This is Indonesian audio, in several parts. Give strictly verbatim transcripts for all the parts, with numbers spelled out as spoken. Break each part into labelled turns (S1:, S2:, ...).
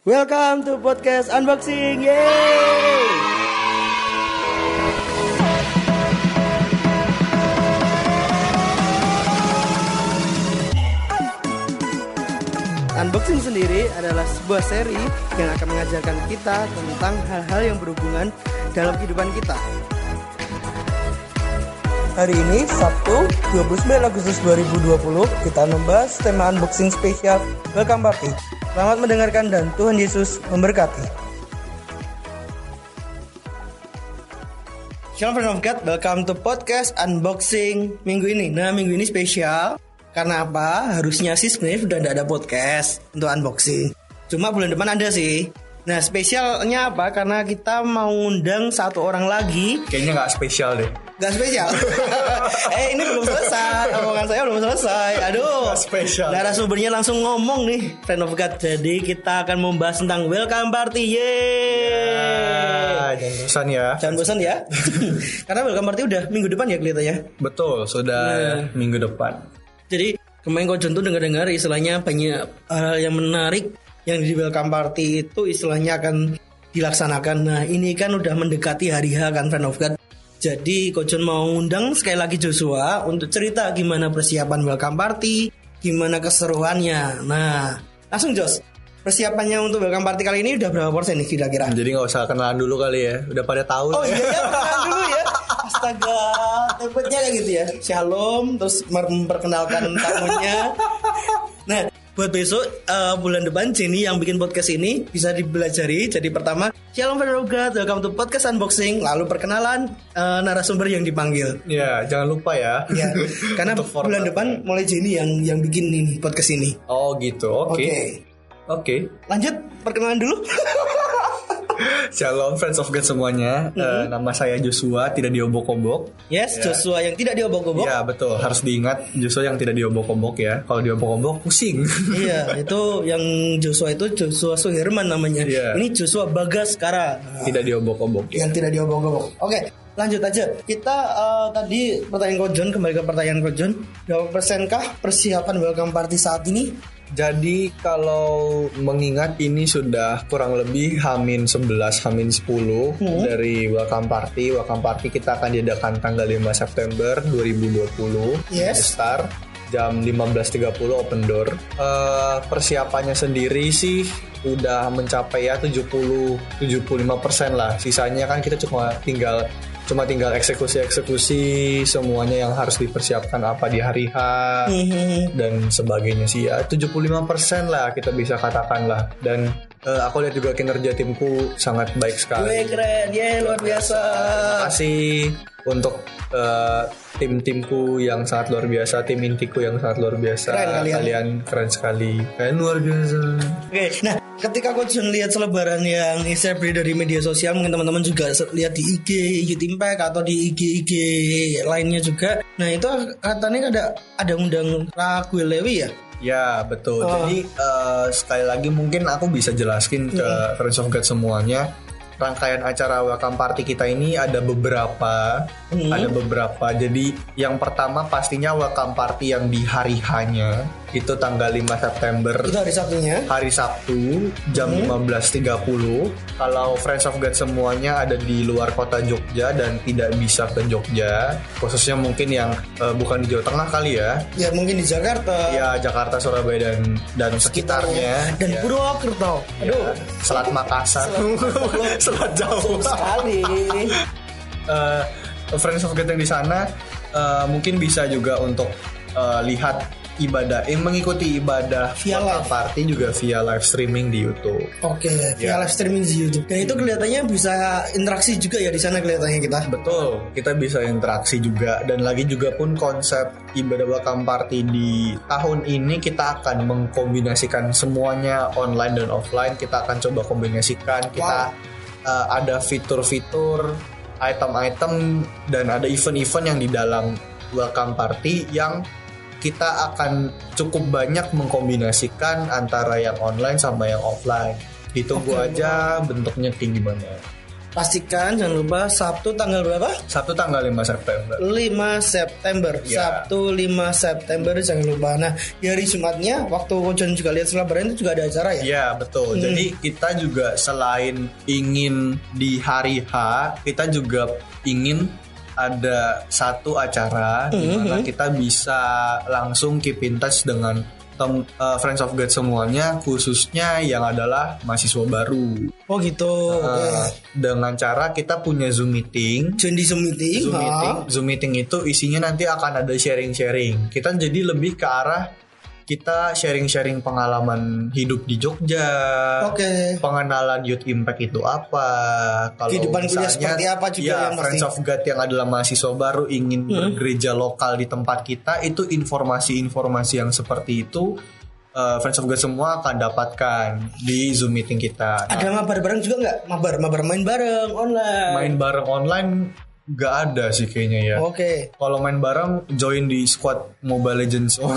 S1: Welcome to podcast unboxing. Yeay. Unboxing sendiri adalah sebuah seri yang akan mengajarkan kita tentang hal-hal yang berhubungan dalam kehidupan kita. Hari ini Sabtu dua puluh sembilan Agustus dua ribu dua puluh kita membahas tema unboxing spesial Welcome Party. Selamat mendengarkan dan Tuhan Yesus memberkati. Shalom friend of God, welcome to podcast unboxing minggu ini. Nah minggu ini spesial karena apa? Harusnya sih sebenarnya sudah tidak ada podcast untuk unboxing. Cuma bulan depan ada sih. Nah spesialnya apa? Karena kita mau undang satu orang lagi.
S2: Kayaknya nggak spesial deh.
S1: Gak spesial. Eh ini belum selesai. Omongan saya belum selesai. Aduh.
S2: Gak spesial.
S1: Narasumbernya langsung ngomong nih, friend of God. Jadi kita akan membahas tentang welcome party. Yeay.
S2: Ya, jangan bosan ya.
S1: Jangan bosan ya. Karena welcome party udah minggu depan ya kelihatannya.
S2: Betul, sudah nah. minggu depan.
S1: Jadi kemarin kau contoh dengar-dengar istilahnya banyak hal yang menarik yang di welcome party itu istilahnya akan dilaksanakan. Nah ini kan udah mendekati hari H kan friend of God. Jadi Kojon mau undang sekali lagi Joshua untuk cerita gimana persiapan welcome party, gimana keseruannya. Nah, langsung Jos, persiapannya untuk welcome party kali ini udah berapa persen nih kira-kira?
S2: Jadi gak usah kenalan dulu kali ya, udah pada tahu.
S1: Oh iya ya, kenalan dulu ya. Astaga, tempatnya kayak gitu ya. Shalom, terus memperkenalkan tamunya. Nah, buat besok uh, bulan depan Jenny yang bikin podcast ini bisa dibelajari. Jadi pertama, Shalom friend of God, welcome to podcast unboxing. Lalu perkenalan uh, narasumber yang dipanggil.
S2: Ya, jangan lupa ya.
S1: Ya, karena bulan depan mulai Jenny yang yang bikin ini podcast ini.
S2: Oh gitu, oke.
S1: Okay.
S2: Oke.
S1: Okay.
S2: Okay.
S1: Lanjut perkenalan dulu.
S2: Shalom friends of God semuanya. Mm-hmm. uh, Nama saya Joshua, tidak diobok-obok.
S1: Yes,
S2: ya.
S1: Joshua yang tidak diobok-obok.
S2: Ya betul, harus diingat Joshua yang tidak diobok-obok ya. Kalau diobok-obok pusing.
S1: Iya, itu yang Joshua itu Joshua Suherman namanya.
S2: Yeah.
S1: Ini Joshua Bagaskara.
S2: Tidak diobok-obok ya.
S1: Yang tidak diobok-obok. Oke, okay, lanjut aja. Kita uh, tadi pertanyaan Kojon, kembali ke pertanyaan Kojon. Berapa persenkah persiapan welcome party saat ini?
S2: Jadi kalau mengingat ini sudah kurang lebih Hamin sebelas, Hamin sepuluh hmm. dari welcome party. Welcome party kita akan diadakan tanggal lima September dua ribu dua puluh.
S1: Yes.
S2: Start jam lima belas tiga puluh open door. Uh, persiapannya sendiri sih udah mencapai ya tujuh puluh sampai tujuh puluh lima persen lah. Sisanya kan kita cuma tinggal Cuma tinggal eksekusi-eksekusi semuanya yang harus dipersiapkan apa di hari H mm-hmm. dan sebagainya sih ya tujuh puluh lima persen lah kita bisa katakan lah. Dan uh, aku lihat juga kinerja timku sangat baik sekali.
S1: Wih keren, ya luar biasa.
S2: Terima kasih untuk uh, tim-timku yang sangat luar biasa, tim intiku yang sangat luar biasa.
S1: Keren kalian.
S2: Kalian keren sekali, kalian luar biasa.
S1: Oke, okay, nah ketika kau lihat selebaran yang share dari media sosial, mungkin teman-teman juga lihat di I G Youth Impact atau di I G I G lainnya juga. Nah itu katanya ada ada undang Raguel Lewi ya?
S2: Ya betul.
S1: Oh.
S2: Jadi uh, sekali lagi mungkin aku bisa jelaskin ke hmm. Friends of God semuanya. Rangkaian acara welcome party kita ini ada beberapa, hmm. ada beberapa. Jadi yang pertama pastinya welcome party yang di hari H-nya itu tanggal lima September.
S1: Itu hari Sabtunya.
S2: Hari Sabtu jam hmm. lima belas tiga puluh. Kalau Friends of God semuanya ada di luar kota Jogja dan tidak bisa ke Jogja, khususnya mungkin yang uh, bukan di Jawa Tengah kali ya.
S1: Ya mungkin di Jakarta.
S2: Ya Jakarta, Surabaya dan dan sekitarnya.
S1: Dan
S2: ya.
S1: Purwokerto.
S2: Aduh, Selat Makassar. Selat jauh
S1: sekali.
S2: uh, Friends of God yang di sana uh, mungkin bisa juga untuk uh, lihat ibadah, eh, mengikuti ibadah
S1: via live
S2: party juga via live streaming di YouTube.
S1: Oke, okay, via ya. live streaming di YouTube. Dan itu kelihatannya bisa interaksi juga ya di sana kelihatannya kita.
S2: Betul, kita bisa interaksi juga. Dan lagi juga pun konsep ibadah welcome party di tahun ini kita akan mengkombinasikan semuanya online dan offline. Kita akan coba kombinasikan. Kita wow. uh, ada fitur-fitur, item-item dan ada event-event yang di dalam welcome party yang kita akan cukup banyak mengkombinasikan antara yang online sama yang offline. Ditunggu okay. aja bentuknya kayak gimana.
S1: pastikan jangan lupa Sabtu tanggal berapa?
S2: Sabtu tanggal lima September.
S1: lima September.
S2: Ya.
S1: Sabtu lima September jangan lupa. Nah, di hari Jumatnya waktu Kojon juga lihat selebaran itu juga ada acara ya?
S2: Iya, betul. Hmm. Jadi kita juga selain ingin di hari H, kita juga ingin ada satu acara mm-hmm. di mana kita bisa langsung keep in touch dengan tem, uh, Friends of God semuanya, khususnya yang adalah mahasiswa baru.
S1: Oh gitu.
S2: Uh, okay. Dengan cara kita punya Zoom meeting.
S1: Join di Zoom meeting.
S2: Zoom meeting. Zoom meeting itu isinya nanti akan ada sharing-sharing. Kita jadi lebih ke arah kita sharing-sharing pengalaman hidup di Jogja,
S1: okay.
S2: pengenalan Youth Impact itu apa, kalau
S1: kehidupan kuliah
S2: misalnya
S1: seperti apa juga
S2: ya,
S1: yang
S2: Friends
S1: pasti.
S2: of God yang adalah mahasiswa baru ingin hmm. bergereja lokal di tempat kita, itu informasi-informasi yang seperti itu uh, Friends of God semua akan dapatkan di Zoom meeting kita.
S1: Ada nah, mabar bareng juga nggak? Mabar, mabar main bareng online.
S2: Main bareng online gak ada sih kayaknya ya.
S1: Oke. Okay.
S2: Kalau main bareng join di squad Mobile Legends. Oh,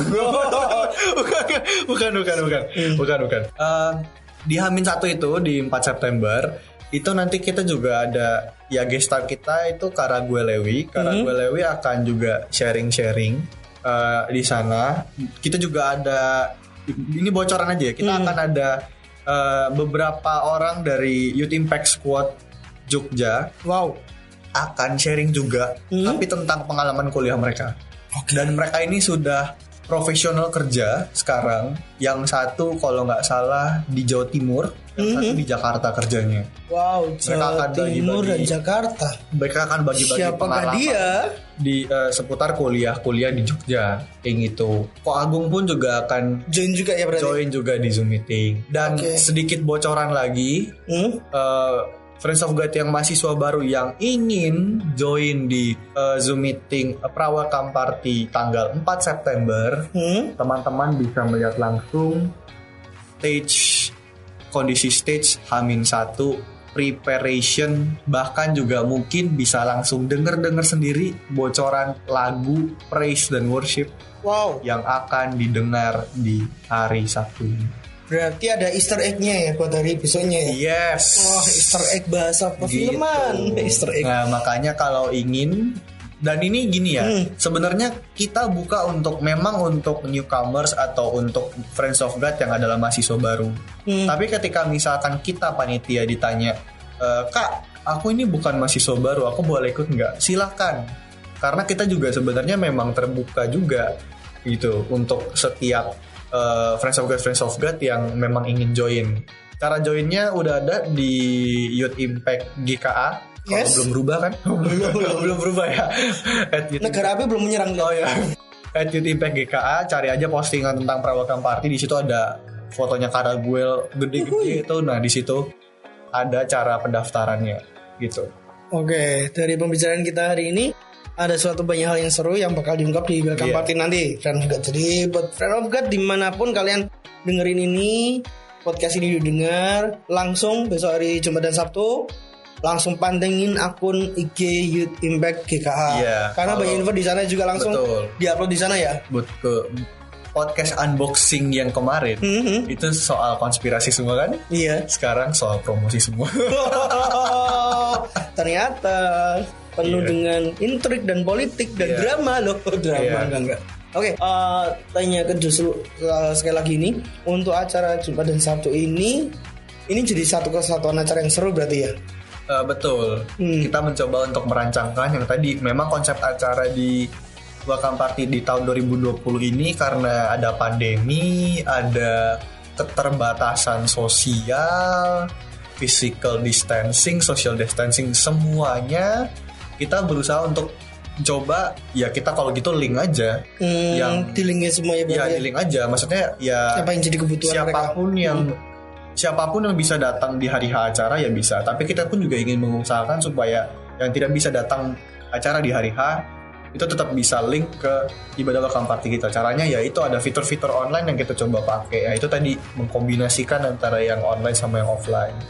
S2: bukan, bukan, bukan, bukan, hmm. bukan, bukan. Uh, di Hamin satu itu di empat September itu nanti kita juga ada ya gestar kita itu Karague Lewi. Karague hmm. Lewi akan juga sharing-sharing uh, di sana. Kita juga ada ini bocoran aja. Kita hmm. akan ada uh, beberapa orang dari Youth Impact Squad Jogja.
S1: Wow.
S2: Akan sharing juga hmm? tapi tentang pengalaman kuliah mereka. Okay. Dan mereka ini sudah profesional kerja sekarang. Yang satu kalau nggak salah di Jawa Timur, yang hmm? satu di Jakarta kerjanya.
S1: Wow, Jawa Timur dan Jakarta.
S2: Mereka akan bagi-bagi pengalaman
S1: dia?
S2: di uh, seputar kuliah-kuliah di Jogja kayak gitu. Ko Agung pun juga akan
S1: join juga ya berarti.
S2: Join juga di Zoom meeting. Dan okay. sedikit bocoran lagi. Hmm? Uh, Friends of God yang mahasiswa baru yang ingin join di uh, Zoom meeting uh, Prawakam Party tanggal empat September, hmm? teman-teman bisa melihat langsung stage, kondisi stage Hamin satu, preparation, bahkan juga mungkin bisa langsung denger-denger sendiri bocoran lagu praise dan worship
S1: wow.
S2: yang akan didengar di hari Sabtu.
S1: Berarti ada Easter egg-nya ya buat hari besoknya ya?
S2: Yes.
S1: Wah, oh, Easter egg bahasa perfilman. Gitu. Easter egg.
S2: Nah, makanya kalau ingin, dan ini gini ya, hmm. sebenarnya kita buka untuk memang untuk newcomers atau untuk Friends of God yang adalah mahasiswa baru. Hmm. Tapi ketika misalkan kita panitia ditanya, e, Kak, aku ini bukan mahasiswa baru, aku boleh ikut nggak? Silakan. Karena kita juga sebenarnya memang terbuka juga gitu untuk setiap Uh, Friends of God, Friends of God yang memang ingin join. Cara joinnya udah ada di Youth Impact G K A. Kalau yes. belum berubah kan? belum, belum, belum berubah ya.
S1: Negara api belum menyerang.
S2: Oh ya. At Youth Impact G K A, cari aja postingan tentang Prawakam Party. Di situ ada fotonya Karaguel gede-gede itu. Nah di situ ada cara pendaftarannya gitu.
S1: Oke, dari pembicaraan kita hari ini ada suatu banyak hal yang seru yang bakal diungkap di Welcome yeah. Party nanti. Friend of God. Jadi buat Friend of God dimanapun kalian dengerin ini, podcast ini didengar, langsung besok hari Jumat dan Sabtu langsung pantengin akun I G Youth Impact G K A.
S2: Yeah,
S1: karena
S2: kalau,
S1: banyak info di sana juga langsung diupload di sana ya.
S2: Buat ke podcast unboxing yang kemarin mm-hmm. itu soal konspirasi semua kan?
S1: Iya.
S2: Sekarang soal promosi semua.
S1: Ternyata penuh yeah. dengan intrik dan politik dan yeah. drama loh. Drama yeah. enggak enggak. Oke, okay, uh, tanya ke justru uh, sekali lagi ini untuk acara Jumat dan Sabtu ini, ini jadi satu kesatuan acara yang seru berarti ya?
S2: Uh, betul. Hmm. Kita mencoba untuk merancangkan yang tadi memang konsep acara di Welcome Party di tahun dua ribu dua puluh ini karena ada pandemi, ada keterbatasan sosial, physical distancing, social distancing, semuanya kita berusaha untuk coba ya kita kalau gitu link aja
S1: hmm, yang di linknya semua ya,
S2: ya di link aja maksudnya ya
S1: apa yang jadi kebutuhan
S2: siapapun mereka. yang hmm. siapapun yang bisa datang di hari H acara ya bisa, tapi kita pun juga ingin mengusahakan supaya yang tidak bisa datang acara di hari H itu tetap bisa link ke ibadah Welcome Party kita. Caranya ya itu ada fitur-fitur online yang kita coba pakai, ya itu tadi mengkombinasikan antara yang online sama yang offline.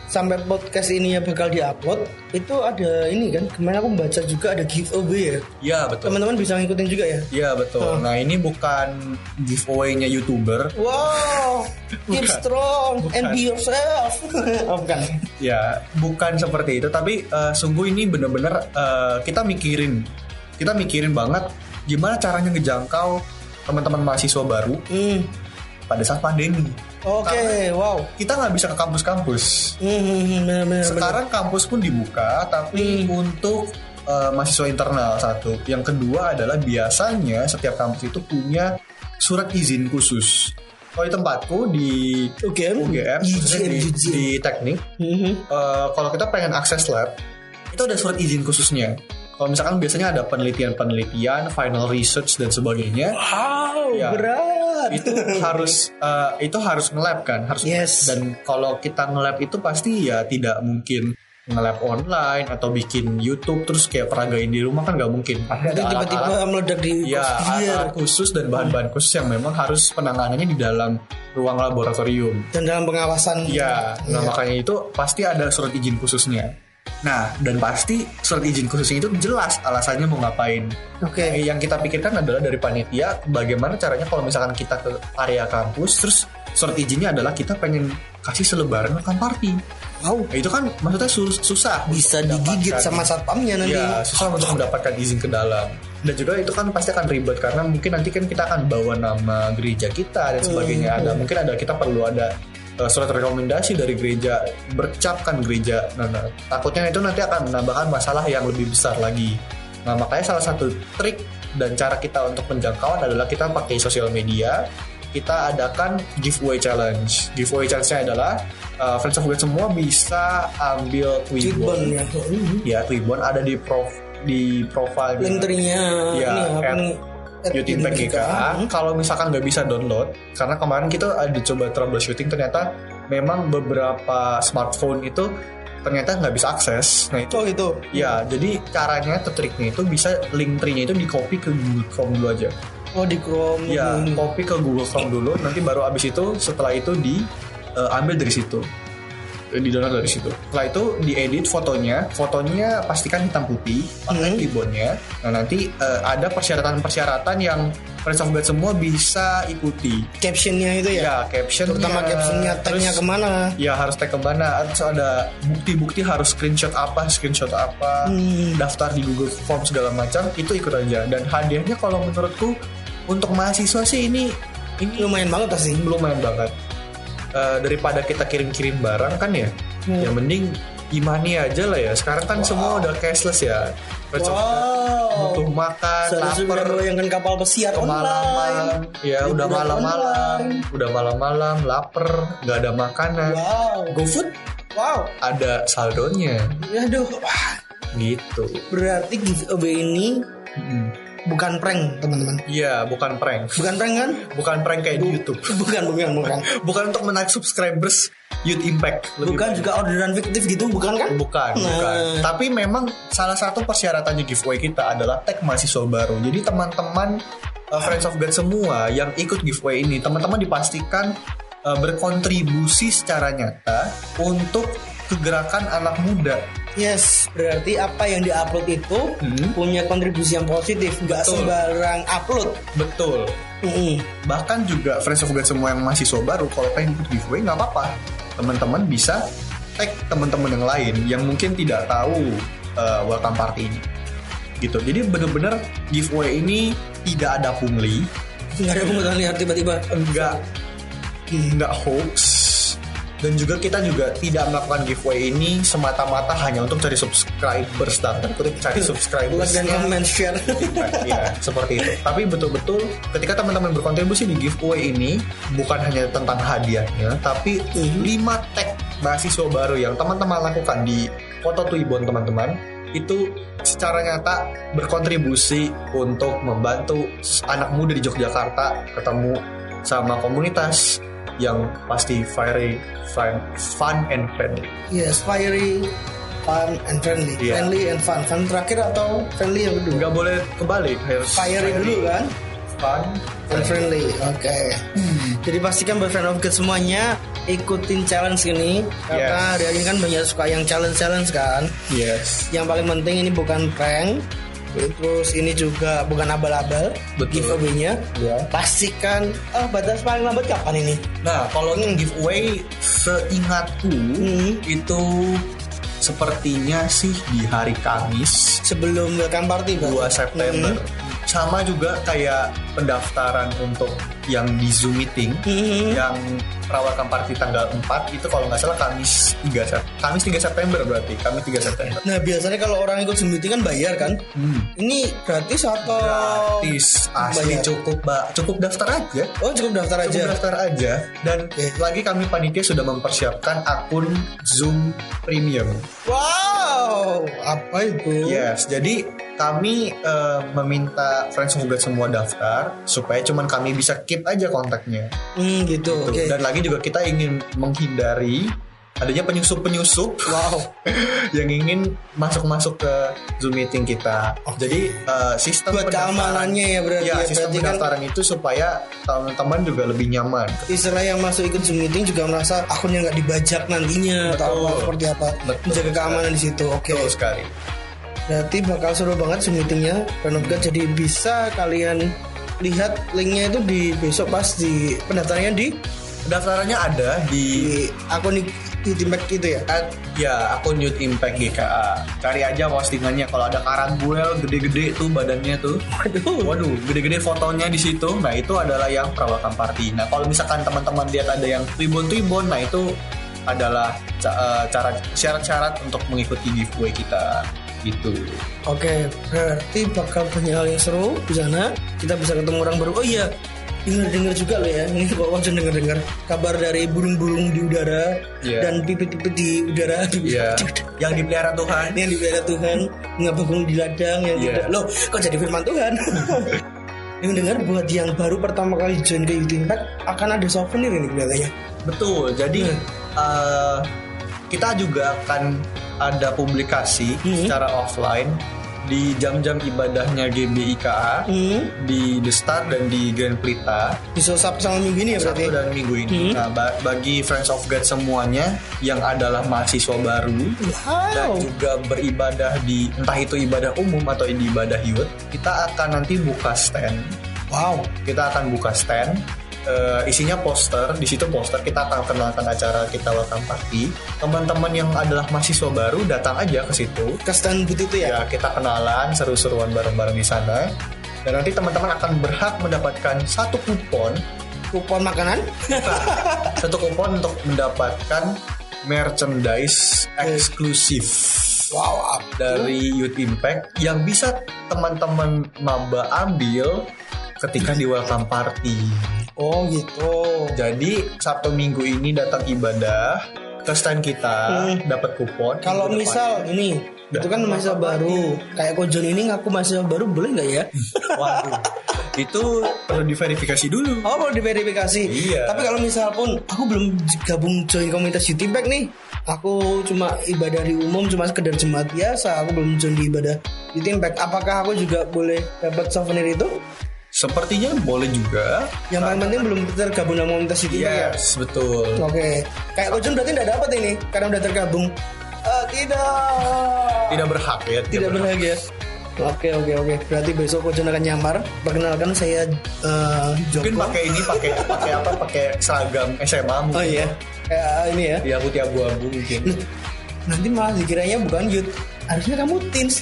S1: sampai podcast ini ya bakal diupload, itu ada ini kan, kemarin aku membaca juga ada giveaway ya.
S2: Iya betul.
S1: Teman-teman bisa ngikutin juga ya.
S2: Iya betul. Oh. Nah ini bukan giveaway-nya YouTuber.
S1: Wow, keep strong bukan. And be yourself. Oh bukan.
S2: Ya bukan seperti itu, tapi uh, sungguh ini benar-benar uh, kita mikirin, kita mikirin banget gimana caranya ngejangkau teman-teman mahasiswa baru mm. pada saat pandemi.
S1: Oke, okay, wow.
S2: Kita nggak bisa ke kampus-kampus.
S1: Mm-hmm, bener, bener,
S2: Sekarang bener. Kampus pun dibuka, tapi mm. untuk uh, mahasiswa internal satu. Yang kedua adalah biasanya setiap kampus itu punya surat izin khusus. Kalau di tempatku di U G M, U G M khususnya di, di teknik, mm-hmm. uh, kalau kita pengen akses lab, itu ada surat izin khususnya. Kalau misalkan biasanya ada penelitian-penelitian, final research dan sebagainya.
S1: Wow, ya, berat.
S2: Itu harus uh, itu harus nge-lab kan, harus
S1: yes.
S2: Dan kalau kita nge-lab itu pasti ya tidak mungkin nge-lab online atau bikin YouTube terus kayak peragain di rumah kan nggak mungkin.
S1: Ada tiba-tiba meledak di
S2: ya, alat khusus dan bahan-bahan khusus yang memang harus penanganannya di dalam ruang laboratorium
S1: dan dalam pengawasan.
S2: Ya, nah ya. Makanya itu pasti ada surat izin khususnya. Nah, dan pasti surat izin khususnya itu jelas alasannya mau ngapain.
S1: Oke. Okay.
S2: Nah, yang kita pikirkan adalah dari panitia bagaimana caranya kalau misalkan kita ke area kampus terus surat izinnya adalah kita pengen kasih selebaran welcome party.
S1: Wow,
S2: nah, itu kan maksudnya sus- susah
S1: bisa digigit sama satpamnya nanti.
S2: Ya, susah untuk mendapatkan izin ke dalam. Dan juga itu kan pasti akan ribet karena mungkin nanti kan kita akan bawa nama gereja kita dan sebagainya. Hmm. Ada mungkin ada kita perlu ada surat rekomendasi dari gereja, bercapkan gereja. Nah, nah, takutnya itu nanti akan menambahkan masalah yang lebih besar lagi. Nah, makanya salah satu trik dan cara kita untuk penjangkauan adalah kita pakai sosial media. Kita adakan giveaway challenge. Giveaway challenge-nya adalah uh, Friends of God semua bisa ambil Twibbon. Ya, ya Twibbon ada di prof di profile.
S1: Linktree-nya.
S2: Ya, Youth Impact G K A. Kalau misalkan nggak bisa download, karena kemarin kita ada coba troubleshooting, ternyata memang beberapa smartphone itu ternyata nggak bisa akses. Nah itu,
S1: oh, itu.
S2: Ya, jadi caranya atau triknya itu bisa link tree-nya itu di copy ke Google Chrome dulu aja.
S1: Oh, di Chrome.
S2: Ya, copy ke Google Chrome dulu, nanti baru abis itu setelah itu di uh, ambil dari situ. Di download dari situ. Setelah itu diedit fotonya, fotonya pastikan hitam putih, pakai hmm. keyboardnya. Nah nanti uh, ada persyaratan-persyaratan yang Friends of God semua bisa ikuti.
S1: Captionnya itu ya?
S2: Ya, captionnya.
S1: Terutama captionnya, tagnya kemana?
S2: Ya harus tag kemana. Terus ada bukti-bukti harus screenshot apa, screenshot apa, hmm. daftar di Google Form segala macam. Itu ikut aja. Dan hadiahnya kalau menurutku untuk mahasiswa sih ini ini
S1: lumayan banget sih,
S2: lumayan banget. Uh, daripada kita kirim-kirim barang kan ya, hmm. yang mending imani aja lah ya. Sekarang kan wow. semua udah cashless ya.
S1: Wow.
S2: Butuh makan, lapar,
S1: yang kapal pesiar
S2: online. Ya udah malam-malam, online. udah malam-malam, lapar, nggak ada makanan.
S1: Wow.
S2: GoFood,
S1: wow,
S2: ada saldonya.
S1: Aduh,
S2: gitu.
S1: Berarti giveaway ini. Hmm. Bukan prank, teman-teman.
S2: Iya, bukan prank.
S1: Bukan prank kan?
S2: Bukan prank kayak Bu- di YouTube.
S1: Bukan, bukan, bukan.
S2: Bukan untuk menaik subscribers Youth Impact.
S1: Bukan baik. Juga orderan fiktif gitu, bukan kan?
S2: Bukan, nah. bukan. Tapi memang salah satu persyaratannya giveaway kita adalah tag mahasiswa baru. Jadi teman-teman uh, Friends of God semua yang ikut giveaway ini, teman-teman dipastikan uh, berkontribusi secara nyata untuk kegerakan anak muda.
S1: Yes, berarti apa yang diupload itu hmm. punya kontribusi yang positif, nggak sembarang upload.
S2: Betul.
S1: Mm-hmm.
S2: Bahkan juga Friends of God semua yang mahasiswa baru, kalau pengen ikut giveaway nggak apa-apa. Teman-teman bisa tag teman-teman yang lain yang mungkin tidak tahu uh, welcome party ini. Gitu. Jadi benar-benar giveaway ini tidak ada pungli.
S1: Nggak ada pungutan liar tiba-tiba.
S2: Enggak, enggak hoax. Dan juga kita juga tidak melakukan giveaway ini semata-mata hanya untuk cari subscribers dan kutip cari subscribers
S1: dan comment share.
S2: Ya, seperti itu. Tapi betul-betul ketika teman-teman berkontribusi di giveaway ini bukan hanya tentang hadiahnya, tapi mm-hmm. lima tag mahasiswa baru yang teman-teman lakukan di foto Twibbon teman-teman itu secara nyata berkontribusi untuk membantu anak muda di Yogyakarta ketemu sama komunitas yang pasti fiery, fun, fun and friendly.
S1: Yes, fiery, fun and friendly. Yeah. Friendly and fun. Fun terakhir atau friendly yang kedua?
S2: Nggak boleh kebalik.
S1: Harus fiery, fiery dulu kan?
S2: Fun
S1: and friendly. Oke. Okay. Hmm. Jadi pastikan buat Friends of God semuanya ikutin challenge ini karena
S2: Yes.
S1: hari ini kan banyak suka yang challenge-challenge kan.
S2: Yes.
S1: Yang paling penting ini bukan prank. Terus ini juga bukan abal-abal
S2: Betul.
S1: giveaway-nya.
S2: Ya.
S1: Pastikan oh batas paling lambat kapan ini?
S2: Nah, kalau untuk giveaway seingatku
S1: Hmm.
S2: itu sepertinya sih di hari Kamis
S1: Sebelum welcome party Bang.
S2: dua September.
S1: Hmm.
S2: Sama juga kayak pendaftaran untuk yang di Zoom meeting
S1: Hmm.
S2: yang perawatan party tanggal empat itu kalau nggak salah Kamis tiga Sep- Kamis tiga September berarti. Kamis tiga September.
S1: Nah biasanya kalau orang ikut Zoom meeting kan bayar kan?
S2: Hmm.
S1: Ini gratis atau
S2: Gratis, asli
S1: bayar?
S2: cukup, Mbak. Cukup daftar aja.
S1: Oh cukup daftar aja.
S2: Cukup daftar aja. Dan
S1: Oke.
S2: lagi kami panitia sudah mempersiapkan akun Zoom Premium.
S1: Wow, apa itu?
S2: Yes, jadi kami eh, meminta Friends of God semua daftar supaya cuman kami bisa keep aja kontaknya.
S1: Hmm gitu.
S2: Tuh.
S1: Oke.
S2: Dan lagi juga kita ingin menghindari adanya penyusup-penyusup
S1: Wow.
S2: yang ingin masuk-masuk ke Zoom meeting kita. Jadi eh, sistem
S1: Buat
S2: pendaftaran-
S1: keamanannya ya berarti
S2: Ya,
S1: ya,
S2: sistem
S1: berarti kan-
S2: pendaftaran itu supaya teman-teman juga lebih nyaman.
S1: Istilah yang masuk ikut Zoom meeting juga merasa akunnya nggak dibajak nantinya atau
S2: Betul.
S1: apa seperti apa.
S2: Betul.
S1: Menjaga keamanan di situ. Oke.
S2: Betul sekali.
S1: Berarti bakal seru banget Zoom meetingnya. Friend of God, jadi bisa kalian lihat linknya itu di besok pas di pendaftarannya di
S2: Pendaftarannya ada di
S1: di akun di, di Timbek itu ya.
S2: at, ya akun Youth Impact G K A. Cari aja postingannya kalau ada Karangguel gede-gede tuh badannya tuh.
S1: Waduh.
S2: Waduh, gede-gede fotonya di situ. Nah, itu adalah yang perawatan party. Nah, kalau misalkan teman-teman lihat ada yang tribun-tribun, nah itu adalah ca- eh, cara syarat-syarat untuk mengikuti giveaway kita gitu.
S1: Oke, berarti bakal banyak hal yang seru di sana. Kita bisa ketemu orang baru. Oh iya, dengar-dengar juga loh ya. Ini kok wajar dengar-dengar kabar dari burung-burung di udara
S2: Iya.
S1: dan pipit-pipit di udara.
S2: Iya. Yang dipelihara Tuhan.
S1: Ini yang dipelihara Tuhan, ngabung di ladang yang
S2: Iya.
S1: tidak. Loh, kok jadi firman Tuhan? Yang dengar buat yang baru pertama kali join ke Youth Impact akan ada souvenir ini kelihatannya.
S2: Betul. Jadi eh, kita juga akan ada publikasi
S1: Hmm.
S2: secara offline di jam-jam ibadahnya G B I K A
S1: Hmm.
S2: di The Star dan di Grand Plita
S1: Di Sabtu sama Minggu ini ya berarti.
S2: Sabtu dan Minggu ini.
S1: Hmm.
S2: Nah, ba- bagi Friends of God semuanya yang adalah mahasiswa baru dan
S1: Wow.
S2: juga beribadah di entah itu ibadah umum atau di ibadah youth, kita akan nanti buka stand.
S1: Wow.
S2: Kita akan buka stand. Eh, isinya poster, di situ poster kita akan kenalkan acara kita welcome party. Teman-teman yang adalah mahasiswa baru datang aja ke situ.
S1: Ke stand booth itu ya.
S2: Ya, kita kenalan, seru-seruan bareng-bareng di sana. Dan nanti teman-teman akan berhak mendapatkan satu kupon,
S1: Kupon makanan.
S2: satu kupon untuk mendapatkan merchandise eksklusif
S1: Wow.
S2: dari Youth Impact yang bisa teman-teman maba ambil ketika di welcome party.
S1: Oh gitu.
S2: Jadi Sabtu Minggu ini datang ibadah ke stand kita,
S1: Hmm.
S2: dapat kupon.
S1: Kalau
S2: Minggu
S1: misal
S2: depan-
S1: ini itu kan mahasiswa baru, kayak Kojon ini ngaku mahasiswa baru boleh nggak ya?
S2: waduh, itu perlu diverifikasi dulu.
S1: Oh mau diverifikasi.
S2: Iya.
S1: Tapi kalau misal pun aku belum gabung join komunitas Youth Impact nih, aku cuma ibadah di umum, cuma sekedar jemaat biasa, aku belum join di ibadah Youth Impact. Apakah aku juga boleh dapat souvenir itu?
S2: Sepertinya boleh juga.
S1: Yang paling penting belum tergabung dalam komunitas Youth Impact ya.
S2: Yes, betul.
S1: Oke. Kayak Kojon berarti nggak dapat ini karena udah tergabung. Eh, tidak.
S2: Tidak berhak ya.
S1: Tidak berhak ya. Oke oke oke. Berarti besok Kojon akan nyamar. Perkenalkan saya uh,
S2: Mungkin
S1: Joko.
S2: pakai ini, pakai pakai apa? Pakai seragam S M A mungkin.
S1: Oh iya. Kayak ini ya.
S2: Ya putih abu-abu mungkin.
S1: Nanti malah dikiranya bukan youth. Harusnya kamu teens.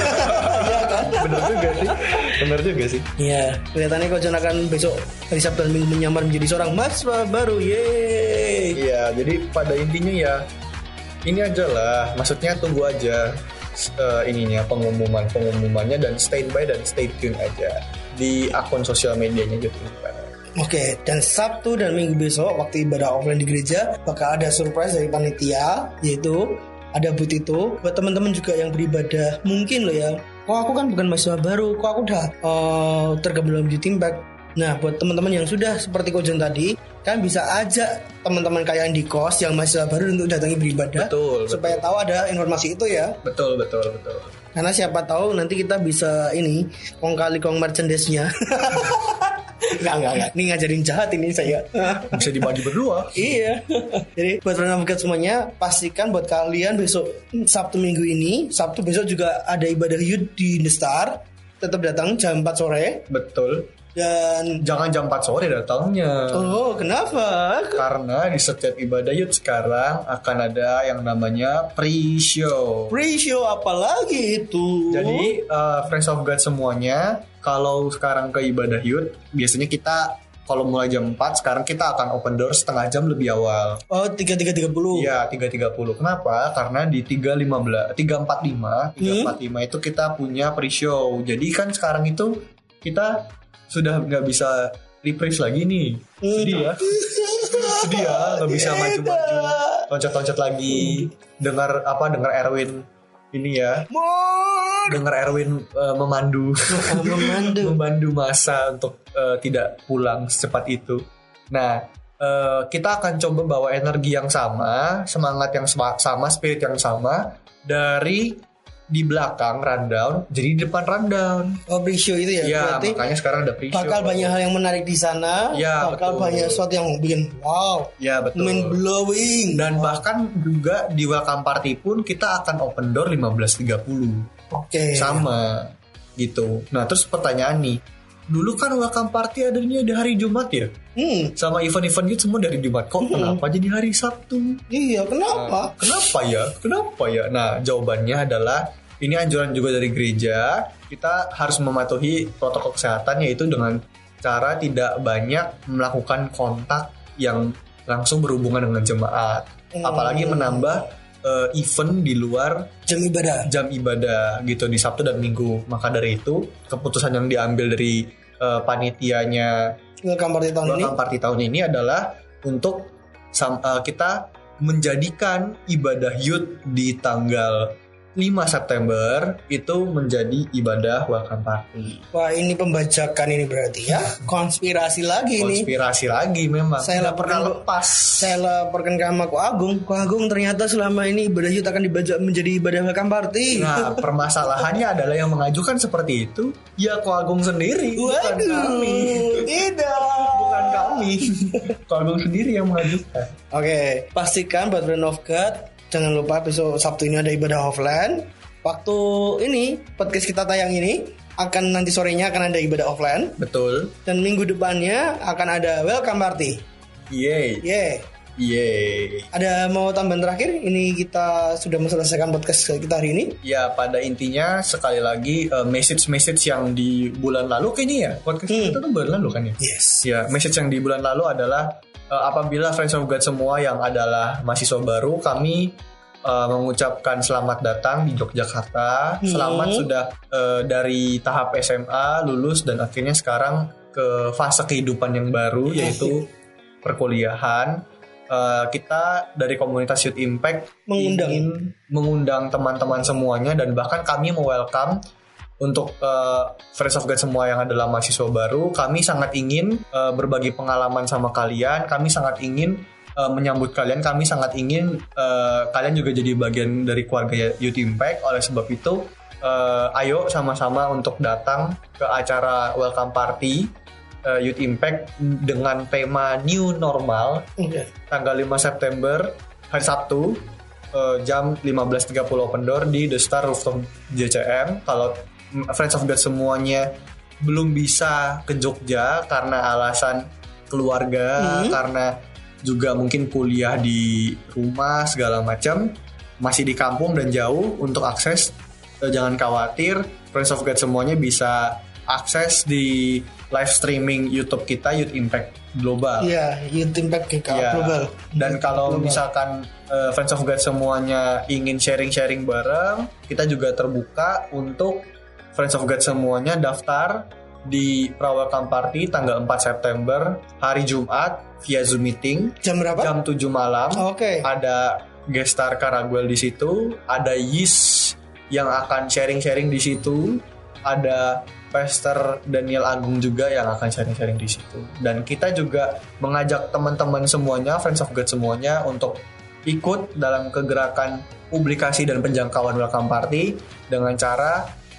S1: Iya kan?
S2: Bener juga sih. Bener juga sih.
S1: Iya. Kelihatannya Kojon akan besok hari Sabtu dan Minggu menyamar menjadi seorang mahasiswa baru. Yeay.
S2: Iya, jadi pada intinya ya ini aja lah. Maksudnya tunggu aja eh, ininya pengumuman pengumumannya dan stay by dan stay tune aja di akun sosial medianya gitu.
S1: Oke, dan Sabtu dan Minggu besok waktu ibadah offline di gereja bakal ada surprise dari panitia, yaitu ada booth itu buat teman-teman juga yang beribadah. Mungkin loh ya, kok aku kan bukan mahasiswa baru, kok aku udah uh, tergabung dalam Youth Impact. Nah, buat teman-teman yang sudah seperti Kojon tadi, kan bisa ajak teman-teman kalian di kos yang mahasiswa baru untuk datangi beribadah.
S2: Betul,
S1: supaya
S2: betul.
S1: tahu ada informasi itu ya.
S2: Betul, betul, betul.
S1: Karena siapa tahu nanti kita bisa ini kong kali kong merchandise-nya. Enggak, enggak, enggak. Ini ngajarin jahat ini saya.
S2: Bisa dibagi berdua.
S1: Iya. Jadi buat friend of God semuanya, pastikan buat kalian besok Sabtu minggu ini, Sabtu besok juga ada ibadah youth di The Star. Tetap datang jam empat sore.
S2: Betul.
S1: Dan
S2: jangan jam empat sore datangnya.
S1: Oh, kenapa?
S2: Karena di setiap ibadah youth sekarang akan ada yang namanya pre-show.
S1: Pre-show apalagi itu?
S2: Jadi uh, Friends of God semuanya, kalau sekarang ke ibadah youth, biasanya kita kalau mulai jam empat, sekarang kita akan open door setengah jam lebih awal.
S1: Oh, tiga tiga tiga puluh.
S2: Iya, tiga tiga puluh. Kenapa? Karena di tiga lima belas, tiga empat lima, tiga empat lima itu kita punya pre-show. Jadi kan sekarang itu kita sudah nggak bisa reprise lagi nih. Sedih ya. Sedih ya, nggak bisa maju-maju, loncat-loncat lagi. Dengar apa? Dengar Erwin ini ya. Dengar Erwin uh, memandu,
S1: memandu,
S2: memandu masa untuk uh, tidak pulang secepat itu. Nah, uh, kita akan coba bawa energi yang sama, semangat yang sama, spirit yang sama dari di belakang rundown, jadi di depan rundown.
S1: Oh, pre-show itu ya?
S2: Ya,
S1: berarti
S2: makanya sekarang ada pre-show.
S1: Bakal banyak hal yang menarik di sana.
S2: Ya,
S1: bakal
S2: betul.
S1: banyak sesuatu yang bikin wow.
S2: Ya, betul.
S1: Mind blowing.
S2: Dan
S1: wow.
S2: bahkan juga di welcome party pun kita akan open door lima belas tiga puluh.
S1: Oke. Okay.
S2: Sama gitu. Nah, terus pertanyaan nih. Dulu kan welcome party adanya di hari Jumat ya?
S1: Hmm.
S2: Sama event-event itu semua dari Jumat. Kok hmm. kenapa jadi hari Sabtu?
S1: Iya, kenapa?
S2: Nah, kenapa ya? Kenapa ya? Nah, jawabannya adalah ini anjuran juga dari gereja. Kita harus mematuhi protokol kesehatan, yaitu dengan cara tidak banyak melakukan kontak yang langsung berhubungan dengan jemaat. Hmm. Apalagi menambah uh, event di luar
S1: jam ibadah.
S2: Jam ibadah gitu di Sabtu dan Minggu. Maka dari itu keputusan yang diambil dari uh, panitianya
S1: Welcome Party tahun
S2: Welcome
S1: ini
S2: Party tahun ini adalah untuk uh, kita menjadikan ibadah youth di tanggal lima September itu menjadi ibadah welcome party.
S1: Wah, ini pembajakan ini berarti ya. Konspirasi lagi ini.
S2: Konspirasi lagi memang.
S1: Saya laporkan
S2: lepas.
S1: Saya laporkan ke sama Ko Agung. Ko Agung ternyata selama ini ibadah youth akan dibajak menjadi ibadah welcome party.
S2: Nah, permasalahannya adalah yang mengajukan seperti itu ya Ko Agung sendiri.
S1: Waduh,
S2: bukan kami.
S1: Tidak.
S2: Bukan kami. Ko Agung sendiri yang mengajukan.
S1: Oke, okay, pastikan buat Friend of God, jangan lupa besok Sabtu ini ada ibadah offline. Waktu ini podcast kita tayang ini akan nanti sorenya akan ada ibadah offline.
S2: Betul.
S1: Dan minggu depannya akan ada welcome party.
S2: Yeay.
S1: Yeay.
S2: Yeay.
S1: Ada mau tambahan terakhir? Ini kita sudah menyelesaikan podcast kita hari ini.
S2: Ya, pada intinya sekali lagi uh, message-message yang di bulan lalu kayaknya ya. Podcast hmm. kita tuh bulan lalu kan ya?
S1: Yes.
S2: Ya, message yang di bulan lalu adalah uh, apabila Friends of God semua yang adalah mahasiswa baru, kami uh, mengucapkan selamat datang di Yogyakarta. Hmm. Selamat sudah uh, dari tahap S M A lulus dan akhirnya sekarang ke fase kehidupan yang baru yaitu perkuliahan. Uh, kita dari komunitas Youth Impact
S1: mengundang
S2: ingin mengundang teman-teman semuanya dan bahkan kami me-welcome untuk uh, Friends of God semua yang adalah mahasiswa baru. Kami sangat ingin uh, berbagi pengalaman sama kalian. Kami sangat ingin uh, menyambut kalian. Kami sangat ingin uh, kalian juga jadi bagian dari keluarga Youth Impact. Oleh sebab itu, uh, ayo sama-sama untuk datang ke acara welcome party uh, Youth Impact dengan tema New Normal. Okay. Tanggal lima September, hari Sabtu, uh, jam lima belas tiga puluh open door di The Star Rooftop J C M. Kalau Friends of God semuanya belum bisa ke Jogja karena alasan keluarga, hmm. karena juga mungkin kuliah di rumah segala macam, masih di kampung dan jauh untuk akses, uh, jangan khawatir, Friends of God semuanya bisa akses di live streaming YouTube kita Youth Impact Global.
S1: Iya, Youth Impact ya, Global.
S2: Dan kalau Global. Misalkan uh, Friends of God semuanya ingin sharing-sharing bareng, kita juga terbuka untuk Friends of God semuanya daftar di Pra-Welcome Party tanggal empat September hari Jumat via Zoom meeting.
S1: Jam berapa?
S2: Jam tujuh malam.
S1: Oh, Oke. Okay.
S2: Ada Gestar Karaguel di situ, ada Yis yang akan sharing-sharing di situ, ada Pastor Daniel Agung juga yang akan sharing-sharing di situ. Dan kita juga mengajak teman-teman semuanya, Friends of God semuanya untuk ikut dalam kegerakan publikasi dan penjangkauan Welcome Party dengan cara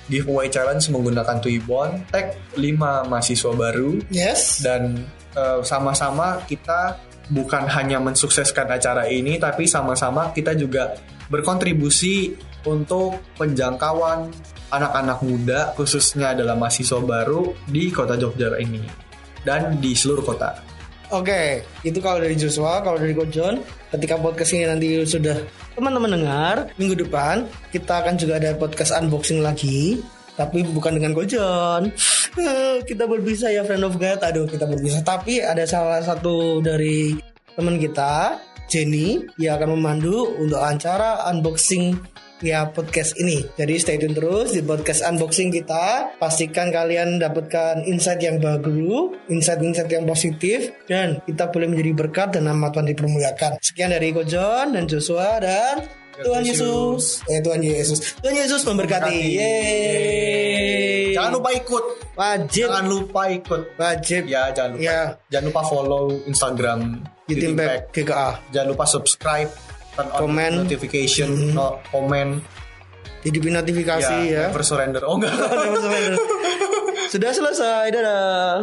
S2: giveaway challenge menggunakan Twibbon, tag lima mahasiswa baru.
S1: Yes.
S2: Dan uh, sama-sama kita bukan hanya mensukseskan acara ini, tapi sama-sama kita juga berkontribusi untuk penjangkauan anak-anak muda, khususnya adalah mahasiswa baru di kota Jogja ini dan di seluruh kota.
S1: Oke, itu kalau dari Joshua. Kalau dari Kojon, ketika podcast ini nanti sudah teman-teman dengar, minggu depan kita akan juga ada podcast unboxing lagi, tapi bukan dengan Kojon. Kita berpisah ya, friend of God. Aduh, kita berpisah. Tapi ada salah satu dari teman kita, Jenny, yang akan memandu untuk acara unboxing ya podcast ini. Jadi stay tune terus di podcast unboxing kita. Pastikan kalian dapatkan insight yang baru, insight-insight yang positif, dan kita boleh menjadi berkat dan nama Tuhan dipermuliakan. Sekian dari Kojon dan Joshua dan Tuhan Yesus. Eh Tuhan Yesus. Tuhan Yesus memberkati. Yeay.
S2: Jangan lupa ikut.
S1: Wajib.
S2: Jangan lupa ikut.
S1: Wajib.
S2: Ya, jangan lupa.
S1: Ya.
S2: Jangan lupa follow Instagram
S1: Youth G K A.
S2: Jangan lupa subscribe, turn on
S1: Comment.
S2: notification,
S1: Mm-hmm.
S2: no, komen.
S1: Hidupin notifikasi ya.
S2: Never surrender. Oh enggak.
S1: Never surrender. Sudah selesai. Dadah.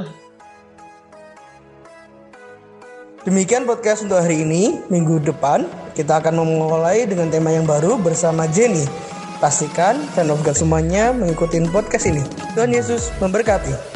S1: Demikian podcast untuk hari ini. Minggu depan kita akan memulai dengan tema yang baru bersama Jenny. Pastikan fan of God semuanya mengikuti podcast ini. Tuhan Yesus memberkati.